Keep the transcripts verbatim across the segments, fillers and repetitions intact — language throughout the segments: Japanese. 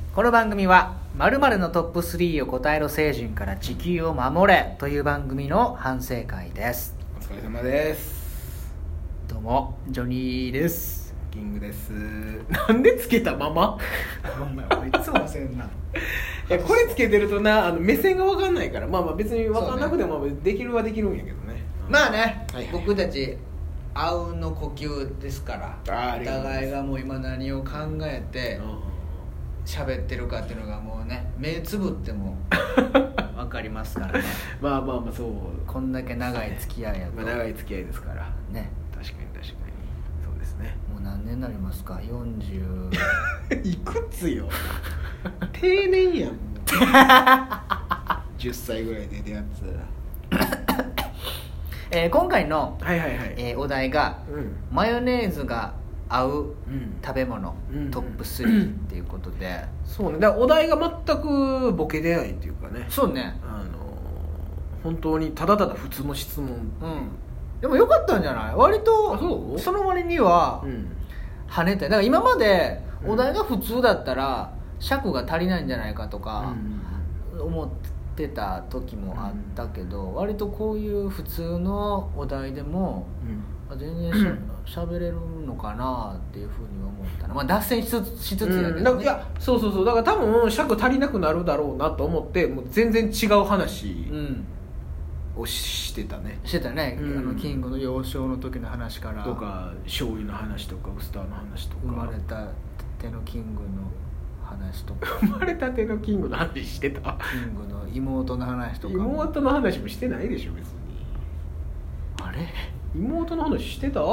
この番組は〇〇のトップスリーを答えろ星人から地球を守れという番組の反省会です。 お疲れ様です。 どうもジョニーです。 キングです。なんでつけたままお前いつもせんな。 いやこれつけてるとな、あの目線が分かんないから、まあまあ別に分かんなくてもできるはできるんやけどね。 まあね、 はいはい、 僕たちあうの呼吸ですから、 あお互いがもう今何を考えて喋ってるかっていうのがもうね、目つぶっても分かりますからね。 まあまあまあそう、 こんだけ長い付き合いやと、 まあ、長い付き合いですからね。 確かに確かにそうですね。 もう何年になりますか？よんじゅういくつよ。定年やん。じゅっさいぐらいで出会ってたら。 えー、今回の、 はいはいはい、 えー、お題が、 うん、 マヨネーズが合ううん食べ物、 うん、 トップスリーっていうことで、 うん、そうね。だからお題が全くボケでないっていうかね。 そうね、 あの本当にただただ普通の質問、うん、 でもよかったんじゃない？割とそ, その割には、うん、跳ねて、だから今までお題が普通だったら尺が足りないんじゃないかとか思ってた時もあったけど、うん、割とこういう普通のお題でも、うん、全然しゃべれるのかなっていうふうに思ったな。まあ脱線しつつしつつだけどね、うん、 いやそうそうそう、だから多分尺足りなくなるだろうなと思って、もう全然違う話をしてたね、 してたね、うん、あのキングの幼少の時の話からとか、醤油の話とかウスターの話とか、 生まれたてのキングの話とか生まれたてのキングの話してた。 キングの妹の話とか、 妹の話もしてないでしょ別に。 あれ妹の話してた？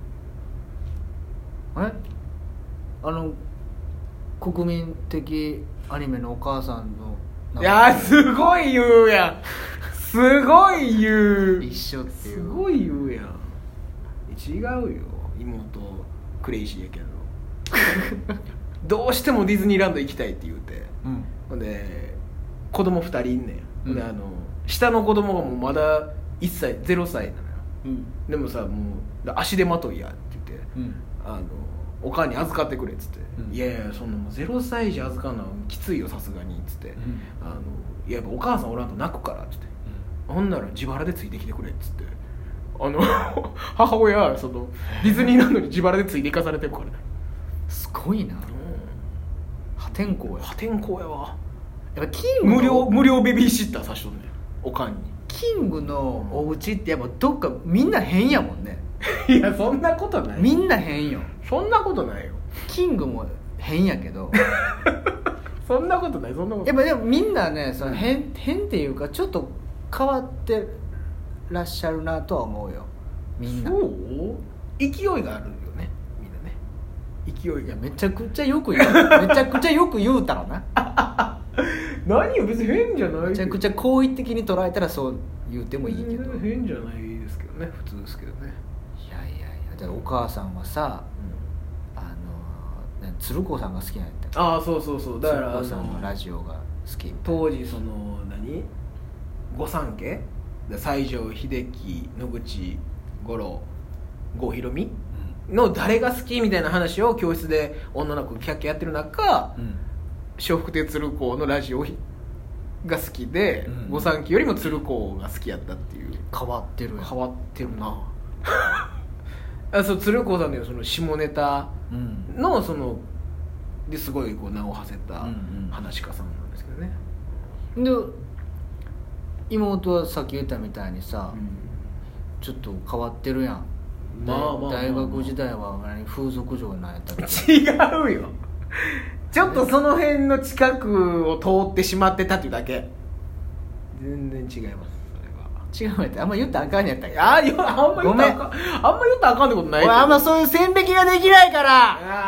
えあの国民的アニメのお母さんの、 いやすごい言うやん。すごい言う。 一緒っていう。 すごい言うやん。違うよ。妹クレイジーやけど。どうしてもディズニーランド行きたいって言うて、うん、ほんで子供ふたりいんねん、うん、であの下の子供がもうまだいっさいゼロさいなのよ、うん、でもさもう足手まといやって言って、うん、あのお母に預かってくれっつって、うん、いやいやそんなもうゼロさい児預かるのはきついよさすがにっつって、うん、あのいややっぱお母さんおらんと泣くからっつって、うん、ほんなら自腹でついてきてくれっつって、あの母親はそのディズニーランドに自腹でついていかされてるからね。 すごいな、破天荒や。 破天荒やわ。 やっぱキング無料無料ベビーシッターさしとんねんおかんに。 キングのお家ってやっぱどっかみんな変やもんね。 いやそんなことない。 みんな変よ。 そんなことないよ。 キングも変やけど。 そんなことないそんなことない。やっぱでもみんなねその変変っていうかちょっと変わってらっしゃるなとは思うよ。みんな。 そう？勢いがあるよね。勢いがめちゃくちゃよく言うめちゃくちゃよく言うたらな。 何よ別に変じゃない。 めちゃくちゃ好意的に捉えたらそう言うてもいいけど、 変じゃないですけどね、普通ですけどね。 いやいやいや、だからお母さんはさ、うん、あの鶴子さんが好きなんやったっけ。 ああそうそうそう、だから鶴子さんのラジオが好き。 当時その何御三家西城秀樹、野口五郎、郷ひろみの誰が好きみたいな話を教室で女の子キャッキャやってる中、うん、笑福亭鶴光のラジオが好きで、うん、御三家よりも鶴光が好きやったっていう。 変わってる変わってるな。あそう鶴光さんのその下ネタのそのですごいこう名を馳せた話家さんなんですけどね、 うんうん、で妹はさっき言ったみたいにさ、うん、ちょっと変わってるやん。まあまあまあまあ、大学時代は風俗嬢なんやったっけ。 違うよ。ちょっとその辺の近くを通ってしまってたっていうだけ。全然違います。 それは違うやってあんま言ったらあかんやったっけ。 ああんま言ったらあかん、あんま言ったらあかんってことない。 俺あんまそういう線引きができないから。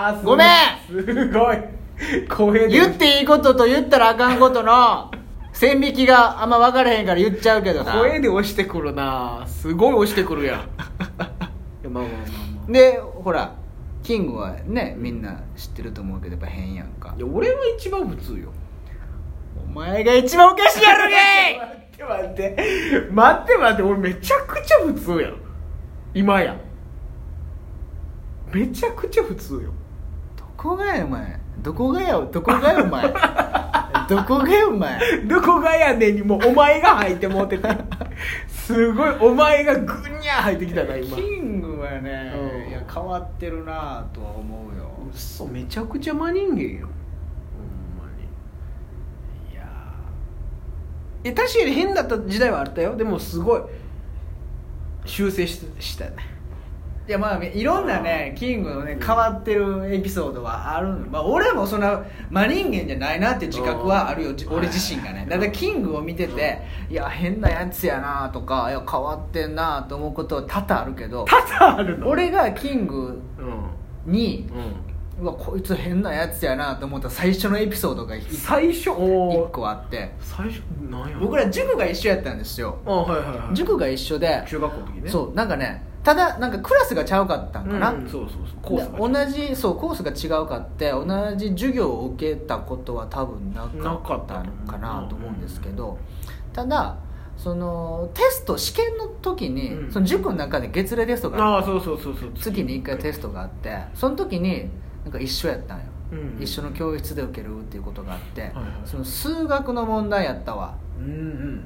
あごめん。 すごい声で言っていいことと言ったらあかんことの線引きがあんま分からへんから言っちゃうけどな。 声で押してくるな。すごい押してくるやん。まあまあまあまあ、 でほらキングはねみんな知ってると思うけどやっぱ変やんか。 いや俺は一番普通よ。 お前が一番おかしいやろけ。 待って待って待って待って、俺めちゃくちゃ普通やん今や。めちゃくちゃ普通よ。 どこがやお前。 どこがやどこがやお前どこがやお前どこがやねんにもうお前が入ってもうててすごいお前がグニャー入ってきたな今。 キングはね、 うん、 いや変わってるなとは思うよ。 嘘、めちゃくちゃ真人間よほんまに。いやー、え確かに変だった時代はあったよ。でもすごい修正ししたね。 いやまあいろんなねキングのね変わってるエピソードはあるの、まあ、俺もそんな真人間じゃないなっていう自覚はあるよ、俺自身がね。だからキングを見てて、いや変なやつやなとか、いや変わってんなと思うことは多々あるけど、 多々あるの。 俺がキングに、 うん、 うわこいつ変なやつやなと思った最初のエピソードが最初いっこあって、 最初何や僕ら塾が一緒やったんですよ。 あ、はいはいはい、 塾が一緒で中学校の時ね。 そうなんかね、ただなんかクラスがちゃうかったんかな、 うん、そうそうそうコースが同じそうコースが違うかって同じ授業を受けたことは多分なかったのかなと思うんですけど、ただそのテスト試験の時に、うん、その塾の中で月例テストがあって、 あそうそうそうそう月にいっかいテストがあって、その時になんか一緒やったんよ、うん、一緒の教室で受けるっていうことがあって、はいはい、その数学の問題やったわ、うんうん、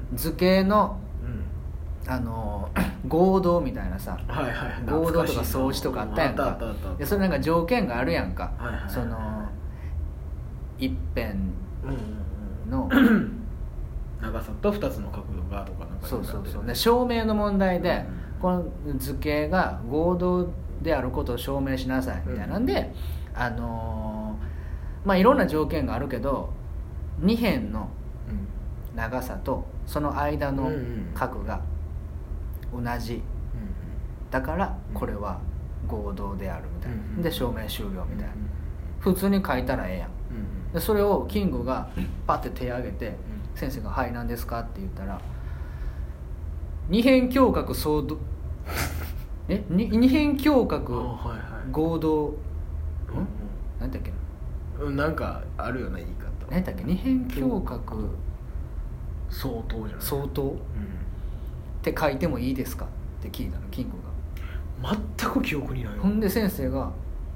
図形のあの合同みたいなさ、 はいはい、 合同とか相似とかあったやんか。でそれなんか条件があるやんか、はいはいはい、その一辺の、うんうん、 長さとふたつの角度がとかなんかそうそうそうで証明の問題で、うん、この図形が合同であることを証明しなさいみたいなんで、うん、あのー、まあいろんな条件があるけどに辺の長さとその間の角が同じだからこれは合同であるみたいなで証明終了みたいな、普通に書いたらええやん。でそれをキングがパッて手を挙げて先生が「はい何ですか?」って言ったら二辺境角相同え二辺境角合同何だっけな、なんかあるよね言い方。 何だっけ二辺境角相当じゃない相当、うん、って書いてもいいですかって聞いたのキングが。全く記憶にないよ。 ほんで先生が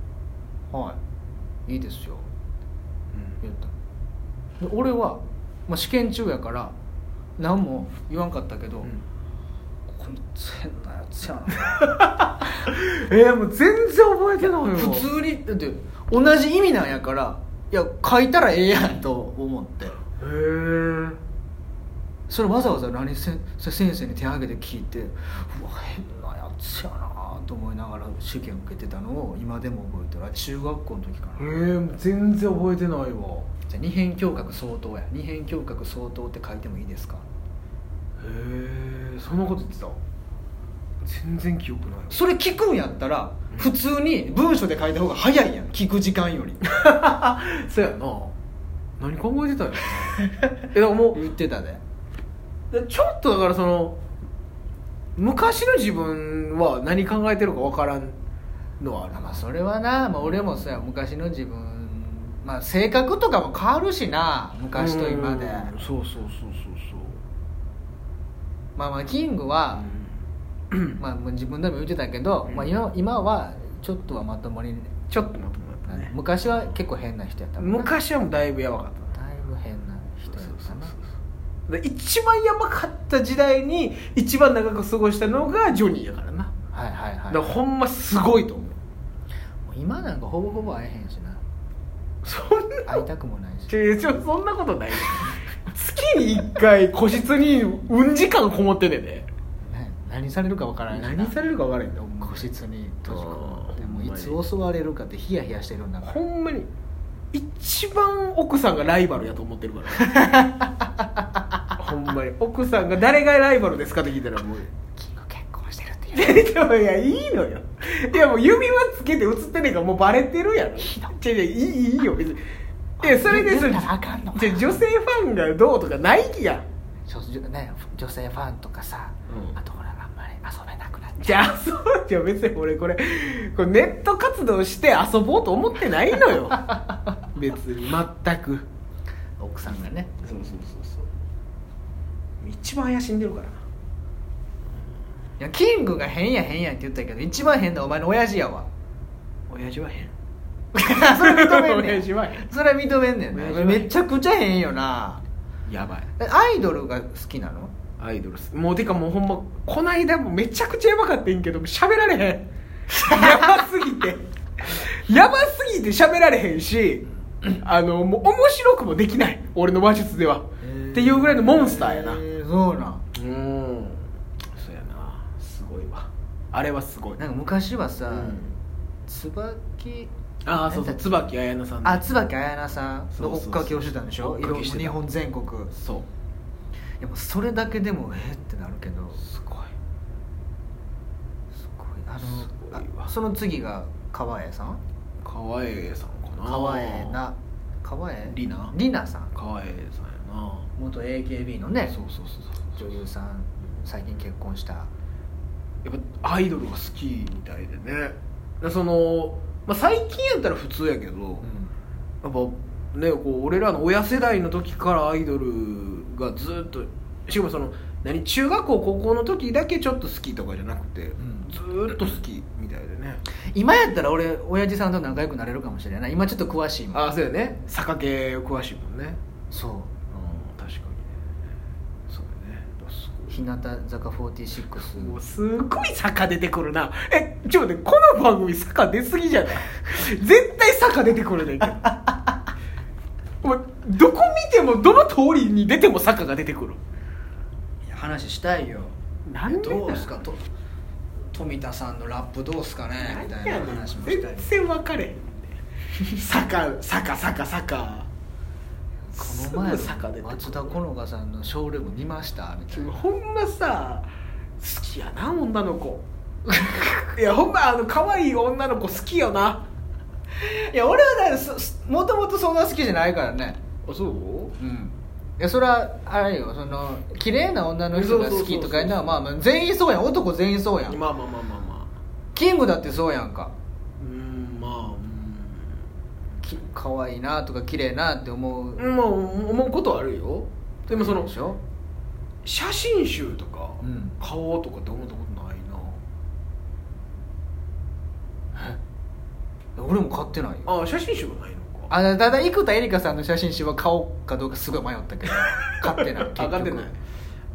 「はいいいですよ」って言った、うん、で俺は、まあ、試験中やから何も言わんかったけど、うん、こいつ変なやつやなえー、もう全然覚えてないよ。 普通にだって同じ意味なんやからいや書いたらええやんと思って。へえ。 それわざわざ何せ先生に手挙げて聞いてうわ変なやつやなと思いながら試験受けてたのを今でも覚えてる。中学校の時かな。 へえ全然覚えてないわ。 じゃあ二辺境角相当や二辺境角相当って書いてもいいですか。 へえそんなこと言ってた。全然記憶ない。 それ聞くんやったら、うん、普通に文章で書いた方が早いやん聞く時間よりそうやな。何考えてたんやえだからもう言ってたでちょっとだからその昔の自分は何考えてるか分からんのはある。 まあそれはな、まあ、俺もさ昔の自分、まあ、性格とかも変わるしな昔と今で。 そうそうそうそうそう。 まあまあキングは、うん、まあ自分でも言ってたけど、うんまあ、今, 今はちょっとはまともにちょっとまともだったね。 昔は結構変な人やったもんな。 昔はもうだいぶやばかった。 だいぶ変な人やったな。 一番やばかった時代に一番長く過ごしたのがジョニーやからな。 はいはいはい、 だからほんますごいと思う。もう今なんかほぼほぼ会えへんしな。 そんな会いたくもないし。 ちょちょそんなことない月にいっかい個室にうん時間こもってんねんで、ね、 何されるか分からんしな。 何されるか分からへんねん個室に閉じ込めてもいつ襲われるかってヒヤヒヤしてるんだから。 ほんまに一番奥さんがライバルやと思ってるからほんまに奥さんが誰がライバルですかって聞いたらもうキング結婚してるって言ういやいいのよ。いやもう指輪つけて映ってねえからもうバレてるやろ。違う違ういいいいよ別に。いやそれでそれあかんの女性ファンがどうとかないやん。 ね、女性ファンとかさ、うん、あとほらあんまり遊べなくなっちゃう。 じゃあそうじゃあ別に俺これこれネット活動して遊ぼうと思ってないのよ別に全く。 奥さんがね。 そうそうそうそう一番怪しんでるからな。 いやキングが変や変やって言ったけど一番変なお前の親父やわ。 親父は変。 それ認めんねん親父はそれは認めんねんなめちゃくちゃ変よなやばいアイドルが好きなのアイドルもうてかもうほんまこないだもめちゃくちゃやばかったんけど喋られへんやばすぎてやばすぎて喋られへんしあのもう面白くもできない俺の話術では、えー、っていうぐらいのモンスターやな、 えー、そうなんうんそうやなすごいわあれはすごいなんか昔はさ、うん、椿ああそうそう椿彩菜さん、ね、 あ椿彩菜さんの追っかけをしてたんでしょいろいろ日本全国そういやもうそれだけでもえーってなるけどすごいすごいあのすごいわその次が川栄さん川栄さんかな川栄な川栄りなりなさん川栄さんやな元 エーケービー のねそうそうそうそう女優さん最近結婚したやっぱアイドルが好きみたいでねその、まあ、最近やったら普通やけど、うん、やっぱねこう俺らの親世代の時からアイドルがずっとしかもその何中学校高校の時だけちょっと好きとかじゃなくて、うん、ずっと好きみたいでね今やったら俺親父さんと仲良くなれるかもしれない今ちょっと詳しいもんああそうやね坂系詳しいもんねそう、うん、 確かにねそうやね日向坂フォーティーシックスもうすごい坂出てくるなえちょっと待ってこの番組坂出すぎじゃない絶対坂出てくるねんけどもうどこ見てもどの通りに出ても坂が出てくるいや話したいよなんでどうすかと富田さんのラップどうすかねみたいな話もしたい全然分かれへん坂坂坂坂この前の松田好花さんのショールーム見ましたみたいなほんまさ好きやな女の子いやほんまあの可愛い女の子好きよないや俺はだもともとそんな好きじゃないからねあそううんいやそれはあれよその綺麗な女の人が好きとかいうのはまあまあ全員そうやん男全員そうやんまあまあまあまあまあキングだってそうやんかうんまあうんき可愛いなとか綺麗なって思うまあ思うことあるよでもそのでしょ写真集とか、 うん、 買おうとかって思ったことないなえ俺も買ってないよああ写真集がないのあただ生田絵梨花さんの写真集は買おうかどうかすごい迷ったけど買ってない結局買ってないああ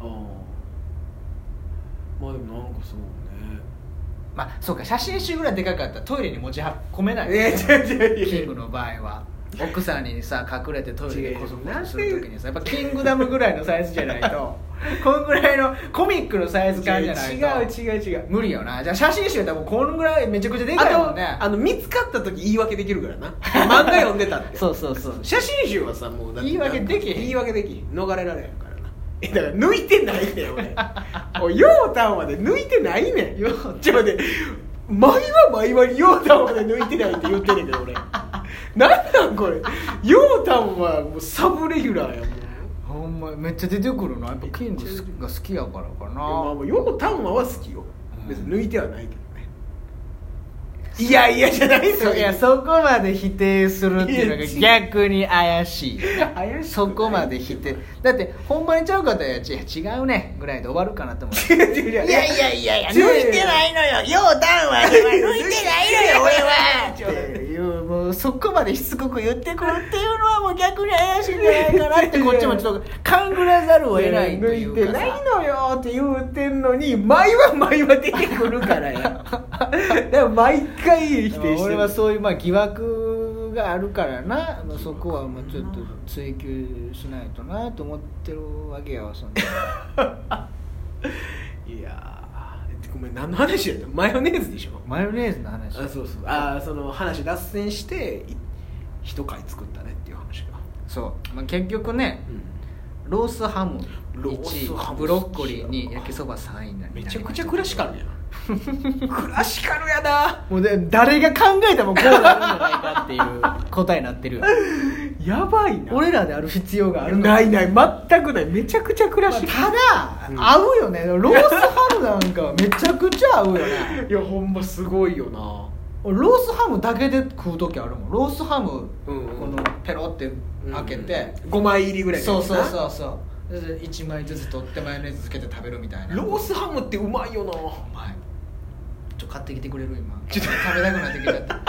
まあでもなんかそうねまあそうか写真集ぐらいでかかったらトイレに持ち込めない、 ね、いや違う違うキングの場合は奥さんにさ隠れてトイレでこそこそするときにさやっぱキングダムぐらいのサイズじゃないとこのぐらいのコミックのサイズ感じゃないと違う違う違う無理よなじゃあ写真集だったらこのぐらいめちゃくちゃでかいもんねあとあの見つかった時言い訳できるからな漫画読んでたってそうそうそう写真集はさもうだって言い訳できへん言い訳できへん逃れられへんからなえだから抜いてないねん俺おいヨータンまで抜いてないねんちょっと待って毎は毎はにヨータンまで抜いてないって言ってんねんけど俺なんなんこれヨータンはもうサブレギュラーやもんほんまめっちゃ出てくるなやっぱキングが好きやからかな、 まあ、ヨータンは好きよ別に抜いてはないけどね、うん、いやいやじゃないですよいやそこまで否定するっていうのが逆に怪しい怪しいそこまで否定だってほんまにちゃうかったら違うねぐらいで終わるかなと思ういやいやいやいやいや抜いてないのよヨータンは抜いてないのよ俺はっていうもうそこまでしつこく言ってくるっていうのはもう逆に怪しいんじゃないかなってこっちもちょっと勘ぐらざるを得ないというか抜いてないのよって言うてんのに毎は毎は出てくるからやでも毎回否定してる俺はそういうまあ疑惑があるからな、まあ、そこはもうちょっと追求しないとなと思ってるわけやわそんないやごめん何の話やったマヨネーズでしょマヨネーズの話あそうそうあその話脱線して一回作ったねっていう話がそう、まあ、結局ね、うん、ロースハムいちいブロッコリーに焼きそばさんいになりめちゃくちゃクラシカルやなクラシカルやなもうで誰が考えてもこうなるんじゃないかっていう答えになってるよやばいな俺らである必要があるないない全くないめちゃくちゃクラシカル、 まあ、ただ、うん、合うよねロースハムなんかめちゃくちゃ合うよねいやほんますごいよなロースハムだけで食う時あるもんロースハム、うんうん、このペロって開けて、 うんうん、ごまい入りぐらいそうそうそうそういちまいずつ取ってマヨネーズつけて食べるみたいなロースハムってうまいよなうまいちょっと買ってきてくれる今ちょっと食べたくなってきちゃった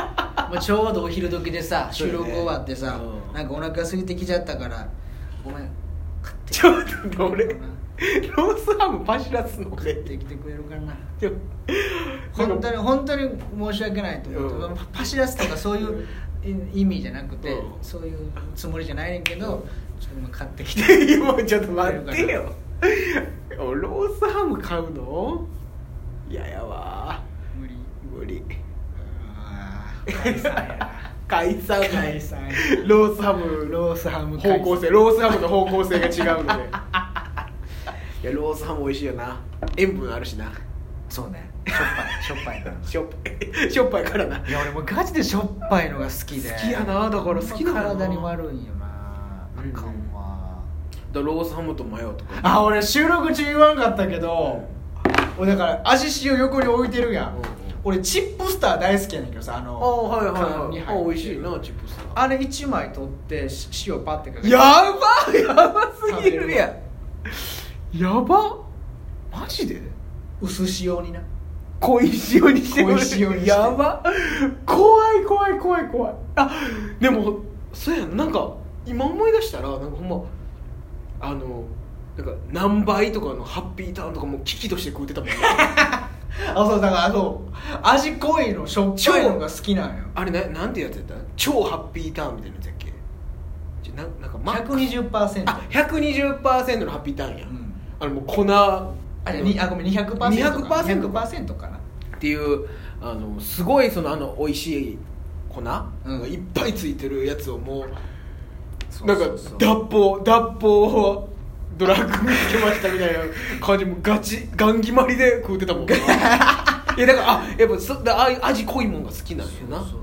もうちょうどお昼時でさ収録終わってさ、 ねうん、 なんかお腹空いてきちゃったからごめん買ってちょっと俺ロースハムパシラスの買ってきてくれるかなちょ本当に本当に申し訳ないと思う、うん、パシラスとかそういう意味じゃなくて、うん、そういうつもりじゃないねんけど、うん、ちょっと今買ってきてもうちょっと待ってよロースハム買うの嫌やわ無理無理解散や解散解散ロースハムロースハム方向性ロースハムの方向性が違うのでいやロースハム美味しいよな塩分あるしなそうねしょっぱいしょっぱいからしょっぱいしょっぱいからないや俺もガチでしょっぱいのが好きで好きやなだから好きなの体に悪いんよなあかんわだロースハムとマヨとかあ俺収録中言わんかったけど、うん、俺だから味塩横に置いてるやん、うん、俺チップスター大好きやねんけどさあのあはいはいはいあ美味しいなチップスターあれいちまい取って塩パッてかけてやばやばすぎるやんやばマジで薄塩にな濃い塩にして濃い塩にしてやば怖い怖い怖い怖いあでもそうやんなんか今思い出したらなんかほんまあのなんか何倍とかのハッピーターンとかも危機として食うてたもんねあそうだからあそう味濃いのしょっぱいのが好きなんよあれななんてやつやった超ハッピーターンみたいなやつやっけじゃななんかマックスひゃくにじゅっパーセントあ ひゃくにじゅっパーセント のハッピーターンや、うん、あれもう粉あれにあごめん にひゃくパーセント かにひゃくパーセントにひゃくパーセント かなっていうあのすごいそのあの美味しい粉がいっぱいついてるやつをもう、うん、なんか脱法脱法ドラッグ見つけましたみたいな感じもガチガン決まりで食うてたもんないやだからあやっぱそだあ味濃いもんが好きなんやな。そうそうそう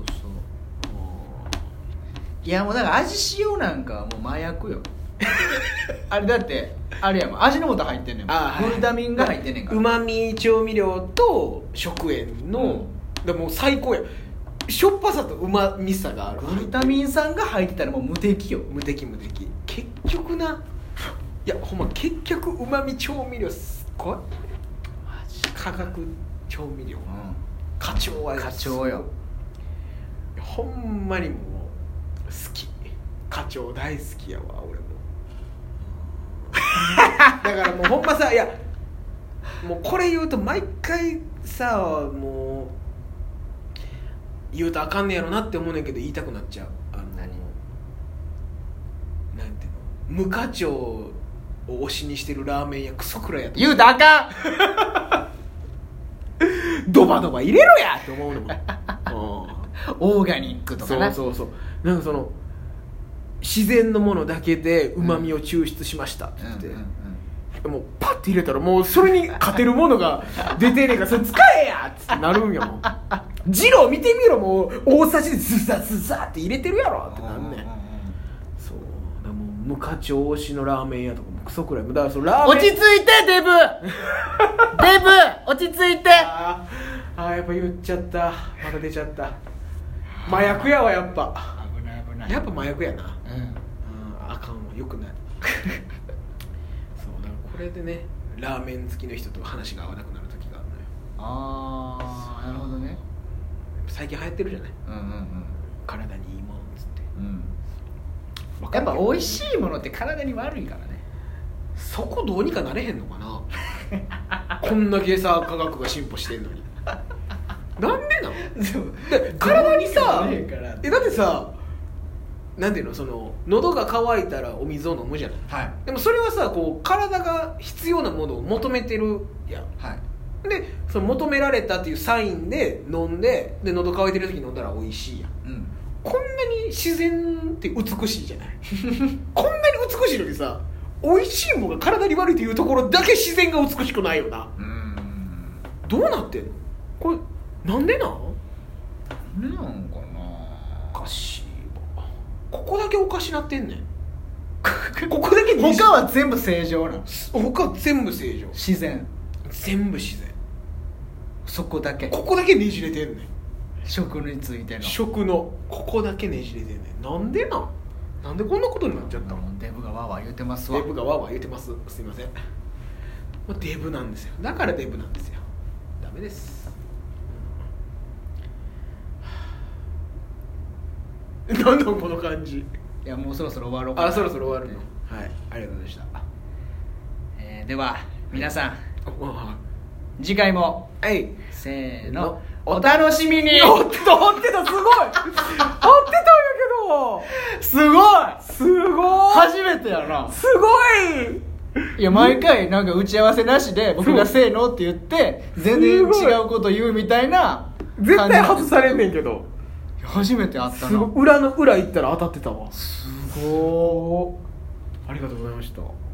いやもうだから味塩なんかはもう麻薬よあれだってあれやもん味の素入ってんねんもん、グルタミンが入ってんねんからうまみ調味料と食塩の、うん、だもう最高やしょっぱさとうまみさがあるグルタミン酸が入ってたらもう無敵よ無敵無敵結局ないやほんま結局うまみ調味料すっごい化学調味料、うん、課長は課長よほんまにもう好き課長大好きやわ俺もだからもうほんまさいやもうこれ言うと毎回さもう言うとあかんねやろなって思うねんけど言いたくなっちゃうあの何なんていうの無課長を推しにしてるラーメン屋クソくらいやと言うたらあかんドバドバ入れろやって思うのもオーガニックとかなそうそうそうなんかその自然のものだけでうまみを抽出しましたって言って、うんうんうん、もうパッて入れたらもうそれに勝てるものが出てねえからそれ使えやっつってなるんやもんジロー見てみろもう大さじでズザズザって入れてるやろってなんねんそうだからもう無課長推しのラーメン屋とかもクソくらいだからそのラーメン落ち着いてデブデブ落ち着いてああやっぱ言っちゃったまた出ちゃった麻薬やわやっぱ危ない危ないやっぱ麻薬やな、うんうん、 あかんわよくないそうだからこれでねラーメン好きの人と話が合わなくなる時があるのよああなるほどね最近流行ってるじゃない、 うんうんうん、体にいいもんっつって、 うん、やっぱ美味しいものって体に悪いからねそこどうにかなれへんのかなこんだけさ科学が進歩してんのになんでなので体にさえだってさなんていうのその喉が渇いたらお水を飲むじゃない、 はい、 でもそれはさこう体が必要なものを求めてるやん、 はい、 でその求められたっていうサインで飲んでで喉渇いてる時に飲んだら美味しいやん、うん、こんなに自然って美しいじゃないこんなに美しいのにさ美味しいものが体に悪いというところだけ自然が美しくないよな。うーんどうなってんのこれなんでなんなんなんかなおかしいわここだけおかしなってんねんここだけ他は全部正常なん他は全部正常自然全部自然そこだけここだけねじれてんねん食についての食のここだけねじれてんねんなんでなんなんでこんなことになっちゃったのデブがワーワー言うてますわデブがワーワー言うてますすいませんデブなんですよだからデブなんですよダメですなんだこの感じ。 いやもうそろそろ終わろうかな。 あそろそろ終わるの、はい、ありがとうございました。 えー、では皆さん、 はい、 次回もはいせーのお楽しみに。 おっと合ってた、すごい合ってたんやけど、 すごいすごい初めてやな。 すごい。 いや毎回なんか打ち合わせなしで僕がせーのって言って全然違うこと言うみたいな。 絶対外されんねんけど初めて会ったな。 すごい裏の裏行ったら当たってたわ。 すごーありがとうございました。